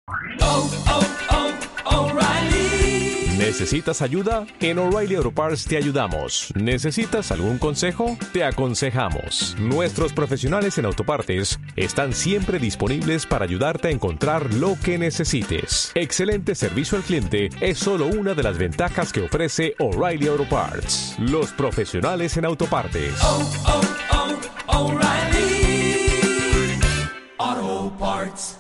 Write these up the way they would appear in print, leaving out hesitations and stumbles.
O'Reilly. ¿Necesitas ayuda? En O'Reilly Auto Parts te ayudamos. ¿Necesitas algún consejo? Te aconsejamos. Nuestros profesionales en autopartes están siempre disponibles para ayudarte a encontrar lo que necesites. Excelente servicio al cliente es solo una de las ventajas que ofrece O'Reilly Auto Parts. Los profesionales en autopartes. O'Reilly Auto Parts.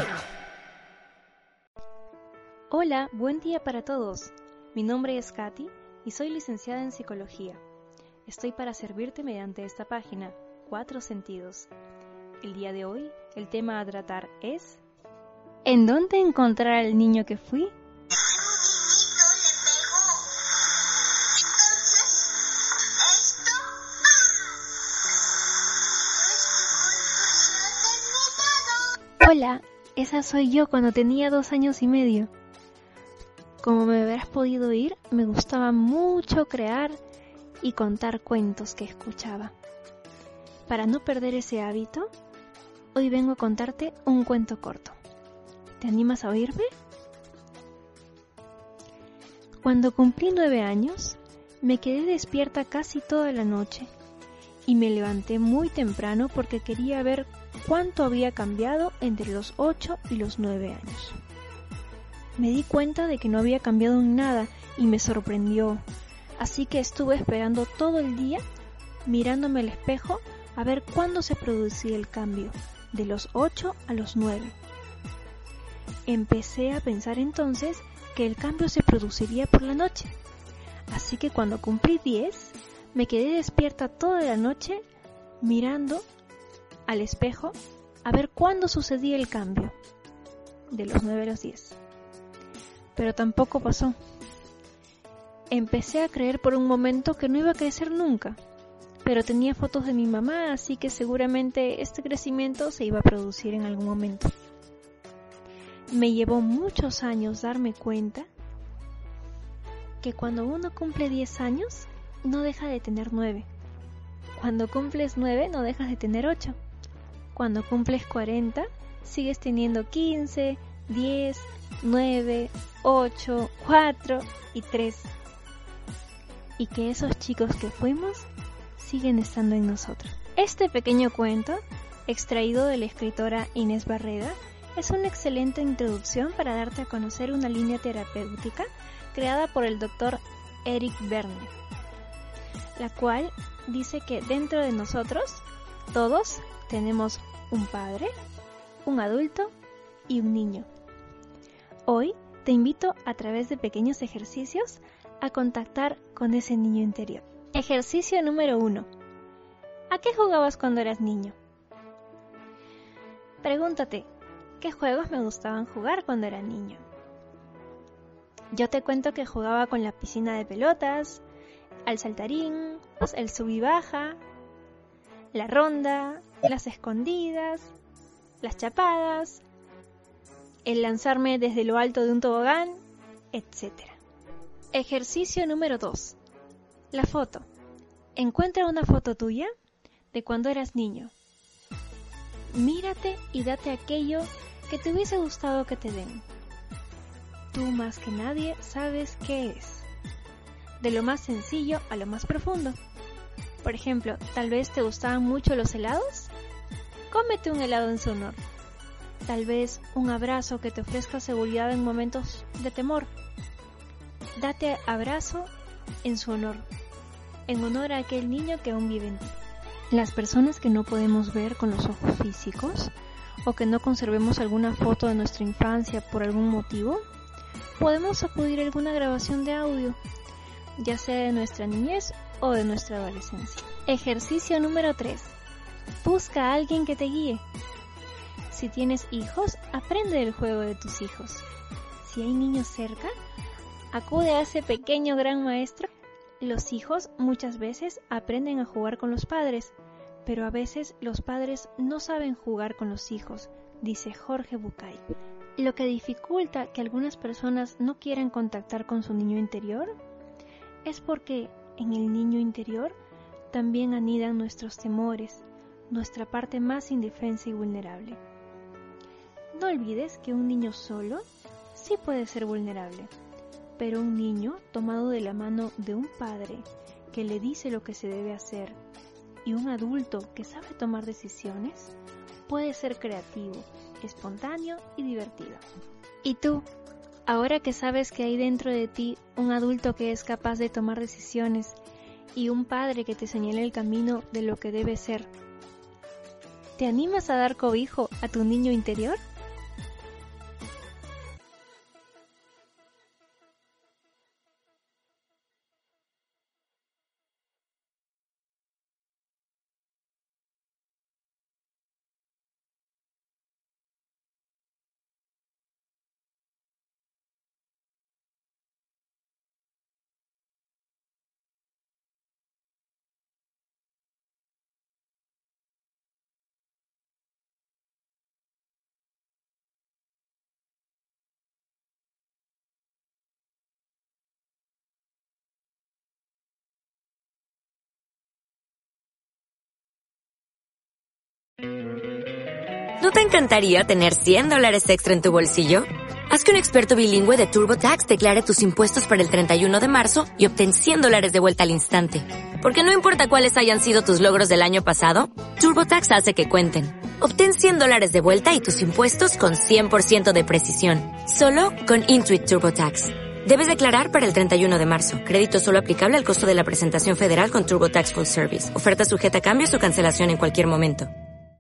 Hola, buen día para todos. Mi nombre es Katy y soy licenciada en Psicología. Estoy para servirte mediante esta página, 4 sentidos. El día de hoy, el tema a tratar es ¿en dónde encontrar al niño que fui? Hola, esa soy yo cuando tenía 2 años y medio. Como me habrás podido oír, me gustaba mucho crear y contar cuentos que escuchaba. Para no perder ese hábito, hoy vengo a contarte un cuento corto. ¿Te animas a oírme? Cuando cumplí 9 años, me quedé despierta casi toda la noche y me levanté muy temprano porque quería ver cuánto había cambiado entre los 8 y los 9 años. Me di cuenta de que no había cambiado en nada y me sorprendió, así que estuve esperando todo el día mirándome al espejo a ver cuándo se producía el cambio, de los 8 a los 9. Empecé a pensar entonces que el cambio se produciría por la noche, así que cuando cumplí 10, me quedé despierta toda la noche mirando al espejo a ver cuándo sucedía el cambio, de los 9 a los 10. Pero tampoco pasó. Empecé a creer por un momento que no iba a crecer nunca, pero tenía fotos de mi mamá, así que seguramente este crecimiento se iba a producir en algún momento. Me llevó muchos años darme cuenta que cuando uno cumple 10 años, no deja de tener 9. Cuando cumples 9, no dejas de tener 8. Cuando cumples 40, sigues teniendo 15, 10, 9, 8, 4 y 3. Y que esos chicos que fuimos siguen estando en nosotros. Este pequeño cuento, extraído de la escritora Inés Barreda, es una excelente introducción para darte a conocer una línea terapéutica creada por el Dr. Eric Berne, la cual dice que dentro de nosotros, todos tenemos un padre, un adulto y un niño. Hoy te invito a través de pequeños ejercicios a contactar con ese niño interior. Ejercicio número 1. ¿A qué jugabas cuando eras niño? Pregúntate, ¿qué juegos me gustaban jugar cuando era niño? Yo te cuento que jugaba con la piscina de pelotas, al saltarín, el sub y baja, la ronda, las escondidas, las chapadas, el lanzarme desde lo alto de un tobogán, etc. Ejercicio número 2. La foto. Encuentra una foto tuya de cuando eras niño. Mírate y date aquello que te hubiese gustado que te den. Tú más que nadie sabes qué es. De lo más sencillo a lo más profundo. Por ejemplo, tal vez te gustaban mucho los helados. Cómete un helado en su honor. Tal vez un abrazo que te ofrezca seguridad en momentos de temor. Date abrazo en su honor, en honor a aquel niño que aún vive en ti. Las personas que no podemos ver con los ojos físicos o que no conservemos alguna foto de nuestra infancia por algún motivo, podemos acudir a alguna grabación de audio, ya sea de nuestra niñez o de nuestra adolescencia. Ejercicio número 3. Busca a alguien que te guíe. Si tienes hijos, aprende del juego de tus hijos. Si hay niños cerca, acude a ese pequeño gran maestro. Los hijos muchas veces aprenden a jugar con los padres, pero a veces los padres no saben jugar con los hijos, dice Jorge Bucay. Lo que dificulta que algunas personas no quieran contactar con su niño interior es porque en el niño interior también anidan nuestros temores, nuestra parte más indefensa y vulnerable. No olvides que un niño solo sí puede ser vulnerable, pero un niño tomado de la mano de un padre que le dice lo que se debe hacer y un adulto que sabe tomar decisiones puede ser creativo, espontáneo y divertido. ¿Y tú? Ahora que sabes que hay dentro de ti un adulto que es capaz de tomar decisiones y un padre que te señala el camino de lo que debe ser, ¿te animas a dar cobijo a tu niño interior? ¿No te encantaría tener $100 extra en tu bolsillo? Haz que un experto bilingüe de TurboTax declare tus impuestos para el 31 de marzo y obtén $100 de vuelta al instante. Porque no importa cuáles hayan sido tus logros del año pasado, TurboTax hace que cuenten. Obtén $100 de vuelta y tus impuestos con 100% de precisión. Solo con Intuit TurboTax. Debes declarar para el 31 de marzo. Crédito solo aplicable al costo de la presentación federal con TurboTax Full Service. Oferta sujeta a cambios o cancelación en cualquier momento.